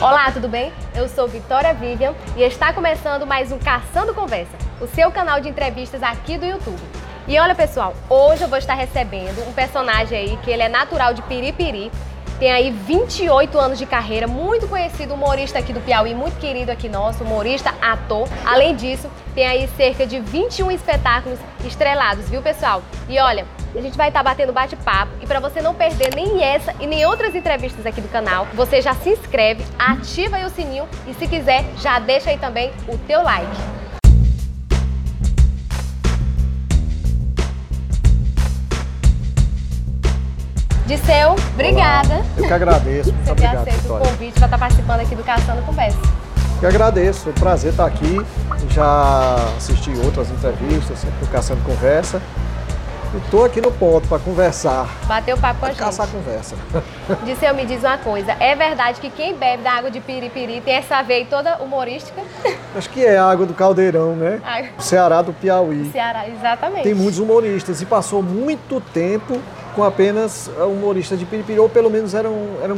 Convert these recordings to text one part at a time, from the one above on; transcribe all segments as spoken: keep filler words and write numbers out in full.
Olá, tudo bem? Eu sou Vitória Vivian e está começando mais um Caçando Conversa, o seu canal de entrevistas aqui do YouTube. E olha, pessoal, hoje eu vou estar recebendo um personagem aí que ele é natural de Piripiri, tem aí vinte e oito anos de carreira, muito conhecido, humorista aqui do Piauí, muito querido aqui nosso, humorista, ator. Além disso, tem aí cerca de vinte e um espetáculos estrelados, viu, pessoal? E olha, a gente vai estar batendo bate-papo e para você não perder nem essa e nem outras entrevistas aqui do canal, você já se inscreve, ativa aí o sininho e se quiser, já deixa aí também o teu like. Disseu, obrigada. Olá, eu que agradeço. Muito Você obrigado, ter aceito Vitória. o convite para estar participando aqui do Caçando Conversa. Eu que agradeço, é um prazer estar aqui. Já assisti outras entrevistas, sempre no Caçando Conversa. E estou aqui no ponto para conversar. Bateu papo com a gente. Caçar conversa. Disseu, me diz uma coisa, é verdade que quem bebe da água de Piripiri tem essa veia toda humorística? Acho que é a água do Caldeirão, né? Água. O Ceará do Piauí. Ceará, exatamente. Tem muitos humoristas e passou muito tempo com apenas humoristas de Piripiri, ou pelo menos eram, eram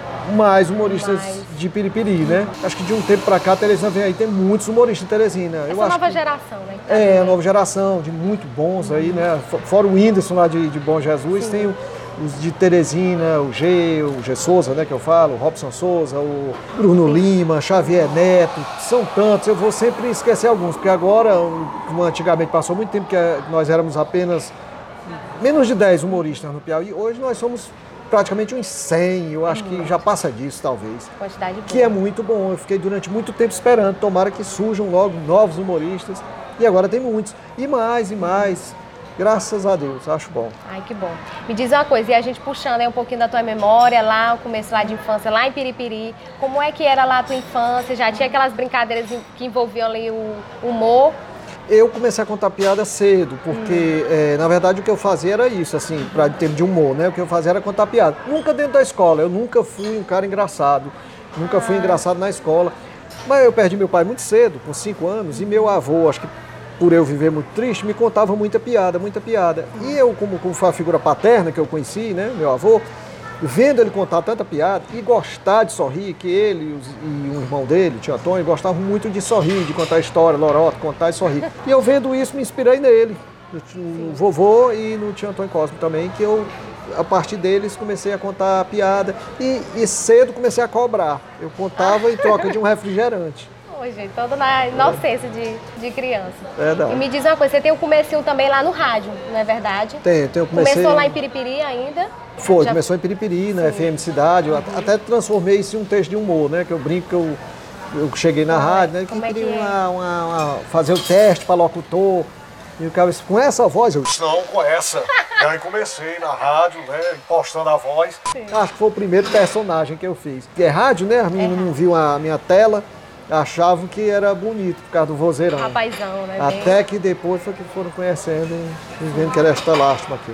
mais humoristas mais. de Piripiri, né? Acho que de um tempo pra cá a Teresina vem aí, tem muitos humoristas de Teresina. Essa Eu acho nova que... geração, né? É, a nova geração, de muito bons aí, né? Fora o Whindersson lá de, de Bom Jesus, Sim. tem o, os de Teresina, o G, o G Souza, né, que eu falo, o Robson Souza, o Bruno Sim. Lima, Xavier Neto, são tantos, eu vou sempre esquecer alguns, porque agora, como antigamente passou muito tempo que nós éramos apenas menos de dez humoristas no Piauí, hoje nós somos praticamente uns cem, eu acho que já passa disso, talvez. Quantidade boa. Que é muito bom, eu fiquei durante muito tempo esperando, tomara que surjam logo novos humoristas, e agora tem muitos, e mais, e mais, graças a Deus, acho bom. Ai, que bom. Me diz uma coisa, e a gente puxando aí um pouquinho da tua memória, lá, o começo lá de infância, lá em Piripiri, como é que era lá a tua infância? Já tinha aquelas brincadeiras que envolviam ali o humor? Eu comecei a contar piada cedo, porque, hum. é, na verdade, o que eu fazia era isso, assim, para termos de humor, né? O que eu fazia era contar piada. Nunca dentro da escola, eu nunca fui um cara engraçado, nunca ah. fui engraçado na escola. Mas eu perdi meu pai muito cedo, com cinco anos, e meu avô, acho que por eu viver muito triste, me contava muita piada, muita piada. E eu, como, como foi a figura paterna que eu conheci, né, meu avô, vendo ele contar tanta piada e gostar de sorrir, que ele os, e um irmão dele, o tio Antônio, gostavam muito de sorrir, de contar história, lorota, contar e sorrir. E eu vendo isso, me inspirei nele, no, no vovô e no tio Antônio Cosme também, que eu, a partir deles, comecei a contar piada e, e cedo comecei a cobrar. Eu contava em troca de um refrigerante. Hoje, todo na inocência de, de criança. Verdade. E me diz uma coisa, você tem um comecinho também lá no rádio, não é verdade? Tem, tem. Eu comecei... Começou lá em Piripiri ainda? Foi, Já... começou em Piripiri, na Sim. F M Cidade. Eu uhum. até transformei isso em um texto de humor, né? Que eu brinco que eu, eu cheguei na Como rádio, é? né? Que Como queria é que uma, é? uma, uma, fazer o teste para locutor. E o cara disse, com essa voz? Eu disse, não, com essa. E aí comecei na rádio, né? Postando a voz. Sim. Acho que foi o primeiro personagem que eu fiz. Porque é rádio, né? As meninas é. não viam a minha tela. Achavam que era bonito por causa do vozeirão. Rapazão, né? Até bem... que depois foi que foram conhecendo e vendo que era esta lástima aqui.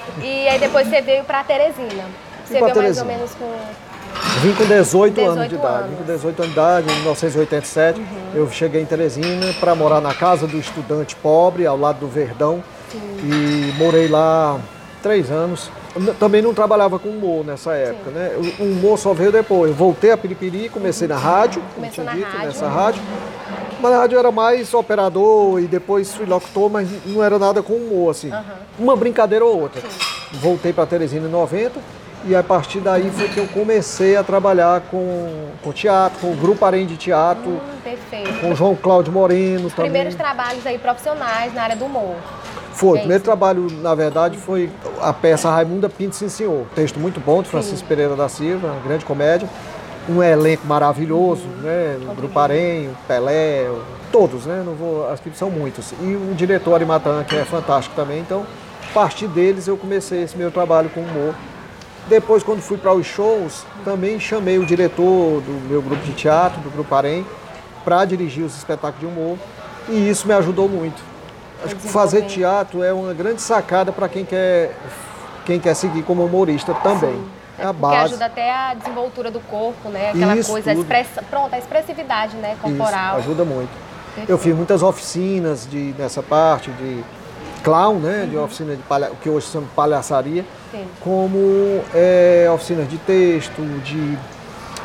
E aí depois você veio pra Teresina. Você veio mais ou menos com... Vim com dezoito, dezoito anos de idade. anos. Vim com dezoito anos de idade, em mil novecentos e oitenta e sete. Uhum. Eu cheguei em Teresina para morar na casa do estudante pobre, ao lado do Verdão. Sim. E morei lá três anos. Também não trabalhava com humor nessa época, Sim. né? O humor só veio depois. Eu voltei a Piripiri, comecei na rádio, como tinha dito, rádio, nessa rádio. Mas na rádio eu era mais operador e depois fui locutor, mas não era nada com humor, assim. Uhum. Uma brincadeira ou outra. Sim. Voltei para Teresina em noventa e a partir daí foi que eu comecei a trabalhar com, com teatro, com o Grupo Arém de Teatro. Hum, perfeito. Com o João Cláudio Moreno Os também. primeiros trabalhos aí profissionais na área do humor. Foi, é o primeiro isso. trabalho, na verdade, foi a peça Raimunda Pinto, Sim Senhor. Texto muito bom, de Francisco Sim. Pereira da Silva, uma grande comédia. Um elenco maravilhoso, uhum. né? O Grupo Arém, o Pelé, todos, né? Não vou, acho que são muitos. E o diretor Arimatã, que é fantástico também. Então, a partir deles eu comecei esse meu trabalho com humor. Depois, quando fui para os shows, também chamei o diretor do meu grupo de teatro, do Grupo Arém, para dirigir os espetáculos de humor. E isso me ajudou muito. Acho que fazer teatro é uma grande sacada para quem quer, quem quer seguir como humorista também. Sim. É a Porque base. ajuda até a desenvoltura do corpo, né? Aquela Isso, coisa, a expressa, pronto, a expressividade, né? Corporal. Isso, ajuda muito. Perfeito. Eu fiz muitas oficinas de, nessa parte de clown, né? Uhum. De oficina de palha, que hoje se chama palhaçaria. Sim. Como é, oficinas de texto, de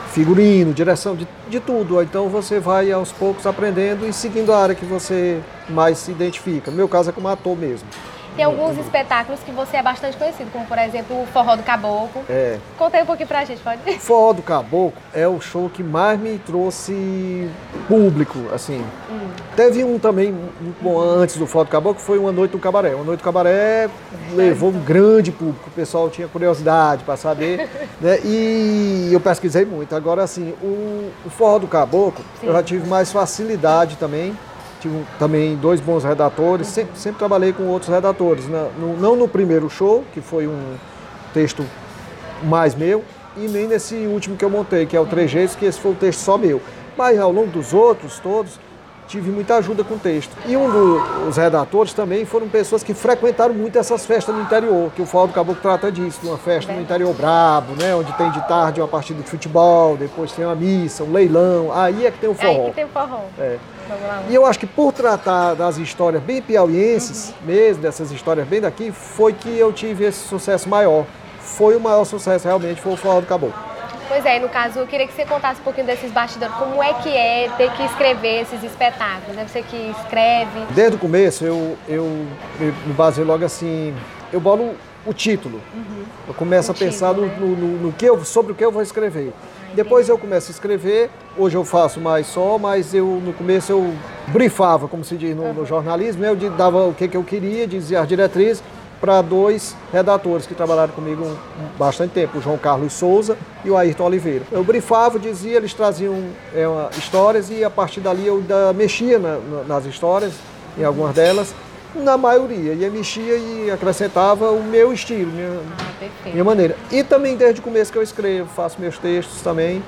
figurino, direção, de, de tudo. Então você vai aos poucos aprendendo e seguindo a área que você mais se identifica. No meu caso é como ator mesmo. Tem alguns espetáculos que você é bastante conhecido, como por exemplo o Forró do Caboclo. É. Conta aí um pouquinho pra gente, pode? O Forró do Caboclo é o show que mais me trouxe público, assim. Hum. Teve um também, muito bom, antes do Forró do Caboclo, que foi Uma Noite no Cabaré. Uma Noite no Cabaré levou um grande público, o pessoal tinha curiosidade para saber, né? E eu pesquisei muito. Agora, assim, o, o Forró do Caboclo, sim, eu já tive mais facilidade também. Tive também dois bons redatores, uhum. sempre, sempre trabalhei com outros redatores, né? no, não no primeiro show, que foi um texto mais meu, e nem nesse último que eu montei, que é o Trejeitos, que esse foi um texto só meu. Mas ao longo dos outros todos, tive muita ajuda com o texto. E um dos redatores também foram pessoas que frequentaram muito essas festas no interior, que o Forró do Caboclo trata disso, de uma festa no interior brabo, né? Onde tem de tarde uma partida de futebol, depois tem uma missa, um leilão, aí é que tem o forró. Aí que tem o forró. É. E eu acho que por tratar das histórias bem piauienses, uhum. mesmo, dessas histórias bem daqui, foi que eu tive esse sucesso maior. Foi o maior sucesso realmente, foi o Forró do Caboclo. Pois é, no caso, eu queria que você contasse um pouquinho desses bastidores, como é que é ter que escrever esses espetáculos, né? Você que escreve. Desde o começo, eu, eu me basei logo assim, eu bolo o título. Uhum. Eu começo o a pensar título, no, né? no, no, no que eu, sobre o que eu vou escrever. Depois eu começo a escrever, hoje eu faço mais só, mas eu no começo eu briefava, como se diz no, uhum. no jornalismo, eu dava o que, que eu queria, dizia as diretrizes para dois redatores que trabalharam comigo um, um, bastante tempo, o João Carlos Souza e o Ayrton Oliveira. Eu briefava, dizia, eles traziam é, uma, histórias e a partir dali eu da, mexia na, na, nas histórias, em algumas delas, na maioria, ia mexia e acrescentava o meu estilo, minha, ah, minha maneira. E também desde o começo que eu escrevo, faço meus textos também,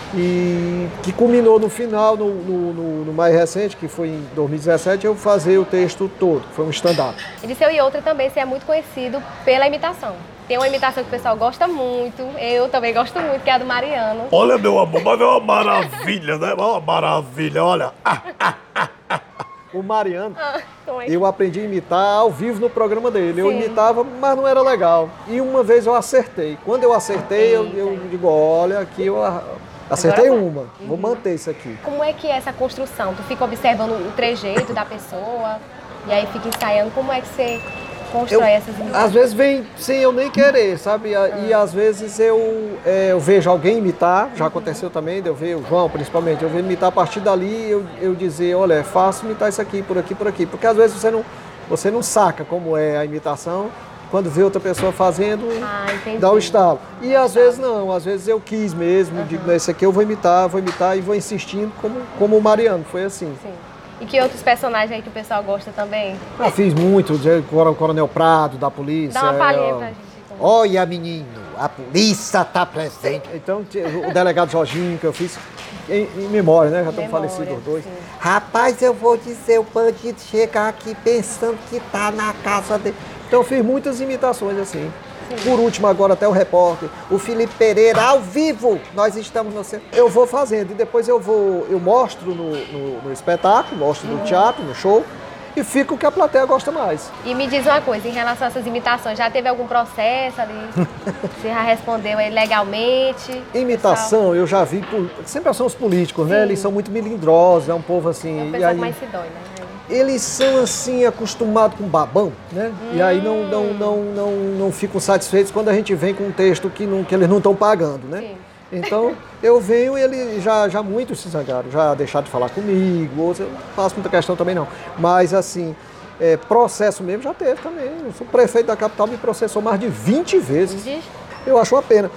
e que culminou no final, no, no, no, no mais recente, que foi em dois mil e dezessete, eu fazer o texto todo, foi um stand-up. E de Seu e Outra também, você é muito conhecido pela imitação. Tem uma imitação que o pessoal gosta muito, eu também gosto muito, que é a do Mariano. Olha, meu amor, mas é uma maravilha, né? Uma maravilha, olha. Ah, ah, ah, ah. O Mariano, ah, é que... eu aprendi a imitar ao vivo no programa dele. Sim. Eu imitava, mas não era legal. E uma vez eu acertei. Quando eu acertei, eu, eu digo, olha, aqui eu acertei Agora, uma. Uhum. Vou manter isso aqui. Como é que é essa construção? Tu fica observando o trejeito da pessoa e aí fica ensaiando. Como é que você constrói eu, essas imitações? Às vezes vem sem eu nem querer, sabe? Ah. E às vezes eu, é, eu vejo alguém imitar, já uhum. aconteceu também, de eu ver o João principalmente, eu vejo imitar a partir dali, eu, eu dizer, olha, é fácil imitar isso aqui, por aqui, por aqui. Porque às vezes você não, você não saca como é a imitação, quando vê outra pessoa fazendo, ah, dá o estalo. E às vezes não, às vezes eu quis mesmo, uhum. digo, esse aqui eu vou imitar, vou imitar e vou insistindo, como, como o Mariano, foi assim. Sim. E que outros personagens aí que o pessoal gosta também? Eu fiz muito, o Coronel Prado, da polícia. Dá uma palhinha é, pra gente. Olha, menino, a polícia tá presente. Então, o delegado Jorginho, que eu fiz em, em memória, né? Já estão falecidos os dois. Sim. Rapaz, eu vou dizer, o bandido chega aqui pensando que tá na casa dele. Então, eu fiz muitas imitações assim. Por último, agora até o repórter, o Felipe Pereira, ao vivo, nós estamos no centro. Eu vou fazendo e depois eu vou, eu mostro no, no, no espetáculo, mostro no teatro, no show, e fica o que a plateia gosta mais. E me diz uma coisa, em relação a essas imitações, já teve algum processo ali? Você já respondeu aí legalmente? Imitação, pessoal? Eu já vi, sempre são os políticos, Sim. né? Eles são muito melindrosos, é um povo assim... É o pessoal que mais se dói, né? Eles são assim acostumados com babão, né? Hum. E aí não, não, não, não, não ficam satisfeitos quando a gente vem com um texto que, não, que eles não estão pagando, né? Sim. Então eu venho e eles já, já muitos se zangaram, já deixaram de falar comigo, outros, eu não faço muita questão também não. Mas assim, é, processo mesmo já teve também. O prefeito da capital me processou mais de vinte vezes. Existe? Eu acho uma pena.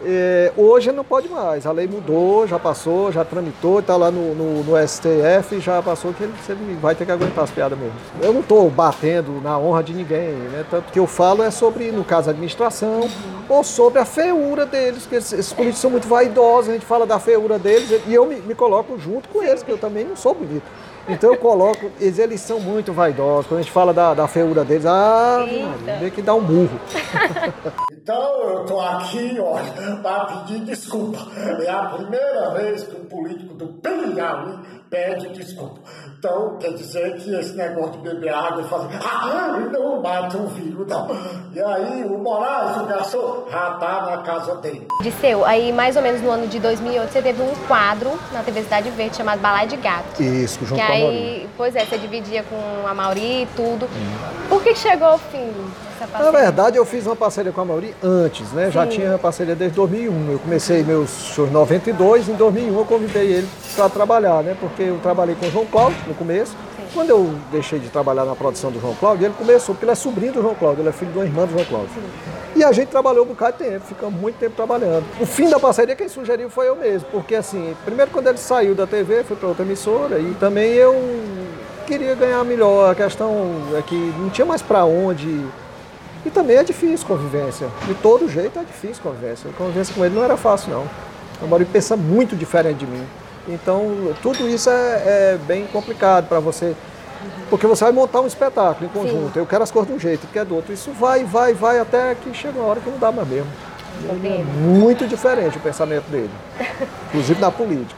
É, hoje não pode mais, a lei mudou, já passou, já tramitou, está lá no, no, no S T F, já passou que ele, ele vai ter que aguentar as piadas mesmo. Eu não estou batendo na honra de ninguém, né? Tanto que eu falo é sobre, no caso, a administração, uhum. ou sobre a feiura deles, que esses, esses políticos são muito vaidosos, a gente fala da feiura deles e eu me, me coloco junto com eles, que eu também não sou bonito. Então eu coloco, eles, eles são muito vaidosos, quando a gente fala da, da feiura deles, ah, tem que dar um burro. Então eu tô aqui, olha, para pedir desculpa. É a primeira vez que um político do Piauí pede desculpa. Então quer dizer que esse negócio de beber água e fazer, ah, não mata um filho, não. E aí o Moraes, o garçom, outro já tá na casa dele. Disseu, aí mais ou menos no ano de dois mil e oito você teve um quadro na T V Cidade Verde chamado Balai de Gato. Isso, junto que com a aí, Mauri. Pois é, você dividia com a Mauri e tudo. Hum. Por que chegou ao fim dessa parceria? Na verdade, eu fiz uma parceria com a Mauri antes, né? Sim. Já tinha parceria desde dois mil e um. Eu comecei meus shows em noventa e dois, em dois mil e um eu convidei ele para trabalhar, né? Porque eu trabalhei com o João Cláudio no começo. Sim. Quando eu deixei de trabalhar na produção do João Cláudio, ele começou, porque ele é sobrinho do João Cláudio, ele é filho de uma irmã do João Cláudio. Sim. E a gente trabalhou um bocado de tempo, ficamos muito tempo trabalhando. O fim da parceria quem sugeriu foi eu mesmo, porque assim, primeiro quando ele saiu da T V, foi para outra emissora e também eu queria ganhar melhor. A questão é que não tinha mais para onde. E também é difícil convivência. De todo jeito é difícil convivência. A convivência com ele não era fácil, não. O Mauri pensa muito diferente de mim. Então, tudo isso é, é bem complicado para você. Porque você vai montar um espetáculo em conjunto. Sim. Eu quero as cores de um jeito, tu quer do outro. Isso vai, vai, vai, até que chega uma hora que não dá mais mesmo. Ele é muito diferente o pensamento dele. Inclusive na política.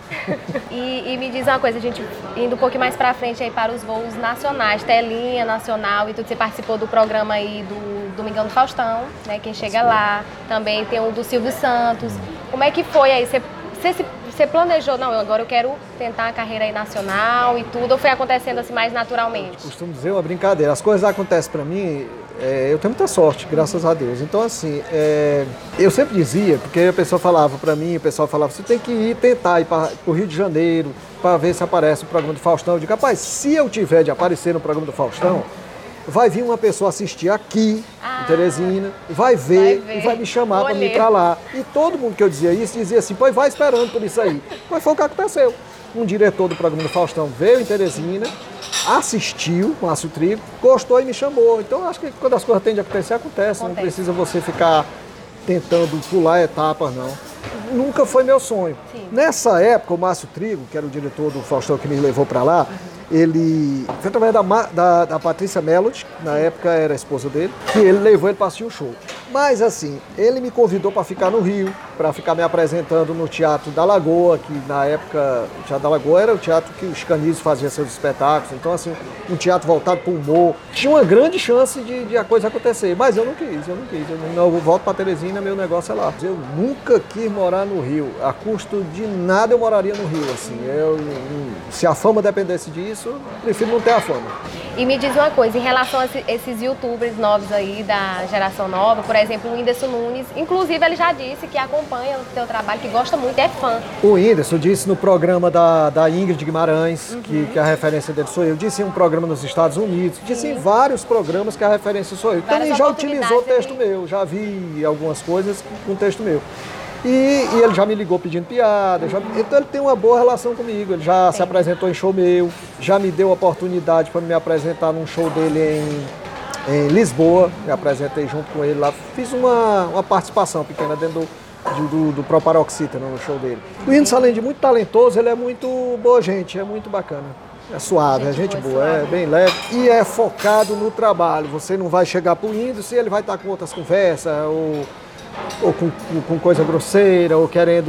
E, e me diz uma coisa, a gente indo um pouquinho mais pra frente aí para os voos nacionais, telinha nacional e tudo, você participou do programa aí do Domingão do Faustão, né? Quem chega Sim. lá, também tem o do Silvio Santos. Como é que foi aí? Você, você, você planejou, não, agora eu quero tentar a carreira aí nacional e tudo, ou foi acontecendo assim mais naturalmente? Eu costumo dizer uma brincadeira, as coisas acontecem pra mim, é, eu tenho muita sorte, graças a Deus. Então assim, é, eu sempre dizia, porque a pessoa falava pra mim, o pessoal falava, você tem que ir tentar ir para o Rio de Janeiro para ver se aparece no programa do Faustão. Eu digo, rapaz, se eu tiver de aparecer no programa do Faustão, vai vir uma pessoa assistir aqui, ah, em Teresina, vai ver, vai ver e vai me chamar para ir para lá. E todo mundo que eu dizia isso dizia assim, pois vai esperando por isso aí. Mas foi o que aconteceu. Um diretor do programa do Faustão veio em Teresina, assistiu, Márcio Trigo, gostou e me chamou. Então acho que quando as coisas tendem a acontecer, acontece. Acontece. Não precisa você ficar tentando pular etapas, não. Nunca foi meu sonho. Sim. Nessa época, o Márcio Trigo, que era o diretor do Faustão que me levou para lá, uhum. ele foi através da, da, da Patrícia Melody, que na época era a esposa dele, que ele levou ele para assistir o show. Mas assim, ele me convidou para ficar no Rio, para ficar me apresentando no Teatro da Lagoa, que na época o Teatro da Lagoa era o teatro que os Canizes faziam seus espetáculos. Então assim, um teatro voltado para o humor. Tinha uma grande chance de, de a coisa acontecer, mas eu não quis, eu não quis. Eu, não, eu volto para Teresina, meu negócio é lá. Eu nunca quis morar no Rio, a custo de nada eu moraria no Rio, assim. Eu, se a fama dependesse disso, eu prefiro não ter a fama. E me diz uma coisa, em relação a esses youtubers novos aí, da geração nova, por exemplo, o Whindersson Nunes, inclusive ele já disse que acompanha o seu trabalho, que gosta muito, é fã. O Whindersson disse no programa da, da Ingrid Guimarães, uhum. que, que a referência dele sou eu, disse em um programa nos Estados Unidos, disse Sim. em vários programas que a referência sou eu. Várias Também já utilizou texto ali. meu, já vi algumas coisas com texto meu. E, e ele já me ligou pedindo piada, já, então ele tem uma boa relação comigo, ele já Sim. se apresentou em show meu, já me deu a oportunidade para me apresentar num show dele em, em Lisboa, me apresentei junto com ele lá, fiz uma, uma participação pequena dentro do, do, do Proparoxítona no show dele. O Whindersson, além de muito talentoso, ele é muito boa gente, é muito bacana. É suave, gente é gente boa, boa é bem leve e é focado no trabalho. Você não vai chegar pro Whindersson e ele vai estar com outras conversas, ou... ou com, com coisa grosseira, ou querendo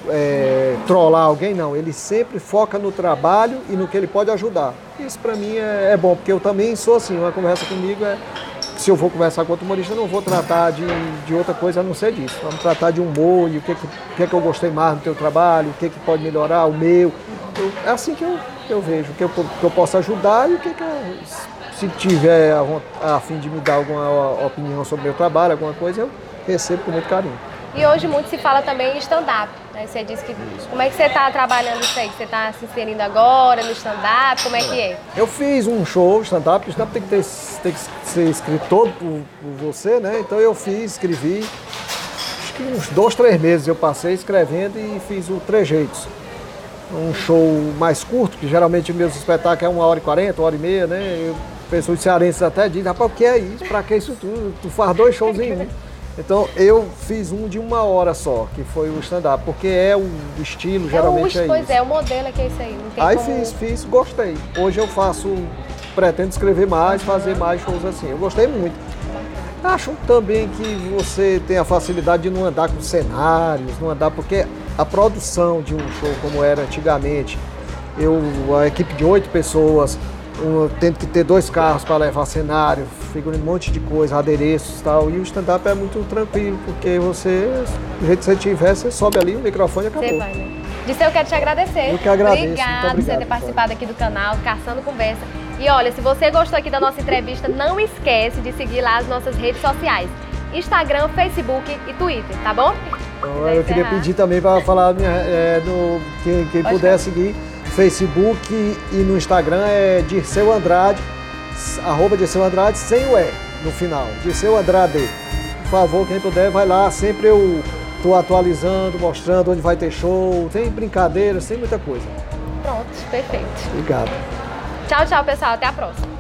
é, trollar alguém, não. Ele sempre foca no trabalho e no que ele pode ajudar. Isso pra mim é, é bom, porque eu também sou assim, uma conversa comigo é... Se eu vou conversar com outro humorista, eu não vou tratar de, de outra coisa a não ser disso. Vamos tratar de humor, e o que, que, o que, é que eu gostei mais no teu trabalho, o que, que pode melhorar, o meu. Eu, é assim que eu, que eu vejo, o que eu, que eu posso ajudar e o que, que eu... Se tiver a, a fim de me dar alguma opinião sobre o meu trabalho, alguma coisa, eu recebo com muito carinho. E hoje muito se fala também em stand-up, né? Você disse que... Como é que você está trabalhando isso aí? Você está se inserindo agora no stand-up? Como é que é? Eu fiz um show stand-up, o stand-up tem que, ter, tem que ser escrito todo por, por você, né? Então eu fiz, escrevi, acho que uns dois, três meses eu passei escrevendo e fiz o Trejeitos. Um show mais curto, que geralmente meus espetáculos é uma hora e quarenta, uma hora e meia, né? Eu, pessoas cearenses até dizem, rapaz, o que é isso? Pra que isso tudo? Tu faz dois shows em um. Então eu fiz um de uma hora só, que foi o stand-up, porque é o estilo, geralmente é, o, é pois isso. Pois é, o modelo é que é isso aí. Não tem aí como... fiz, fiz, gostei. Hoje eu faço, pretendo escrever mais, uhum. fazer mais shows assim. Eu gostei muito. Acho também que você tem a facilidade de não andar com cenários, não andar, porque a produção de um show como era antigamente, eu, a equipe de oito pessoas, um, tendo que ter dois carros para levar cenário, figurino, um monte de coisa, adereços e tal. E o stand-up é muito tranquilo, porque você, do jeito que você tiver, você sobe ali o microfone e acabou. Você vai, né? Disseu, eu quero te agradecer. Eu que agradeço. Obrigada muito obrigado por você ter participado aqui do canal, Caçando Conversa. E olha, se você gostou aqui da nossa entrevista, não esquece de seguir lá as nossas redes sociais. Instagram, Facebook e Twitter, tá bom? Então, eu queria pedir também para falar minha, é, no, quem, quem puder seguir no Facebook e no Instagram é Dirceu Andrade, arroba Dirceu Andrade, sem o E no final, Dirceu Andrade. Por favor, quem puder, vai lá, sempre eu estou atualizando, mostrando onde vai ter show, tem brincadeiras, tem muita coisa. Pronto, perfeito. Obrigado. Tchau, tchau, pessoal. Até a próxima.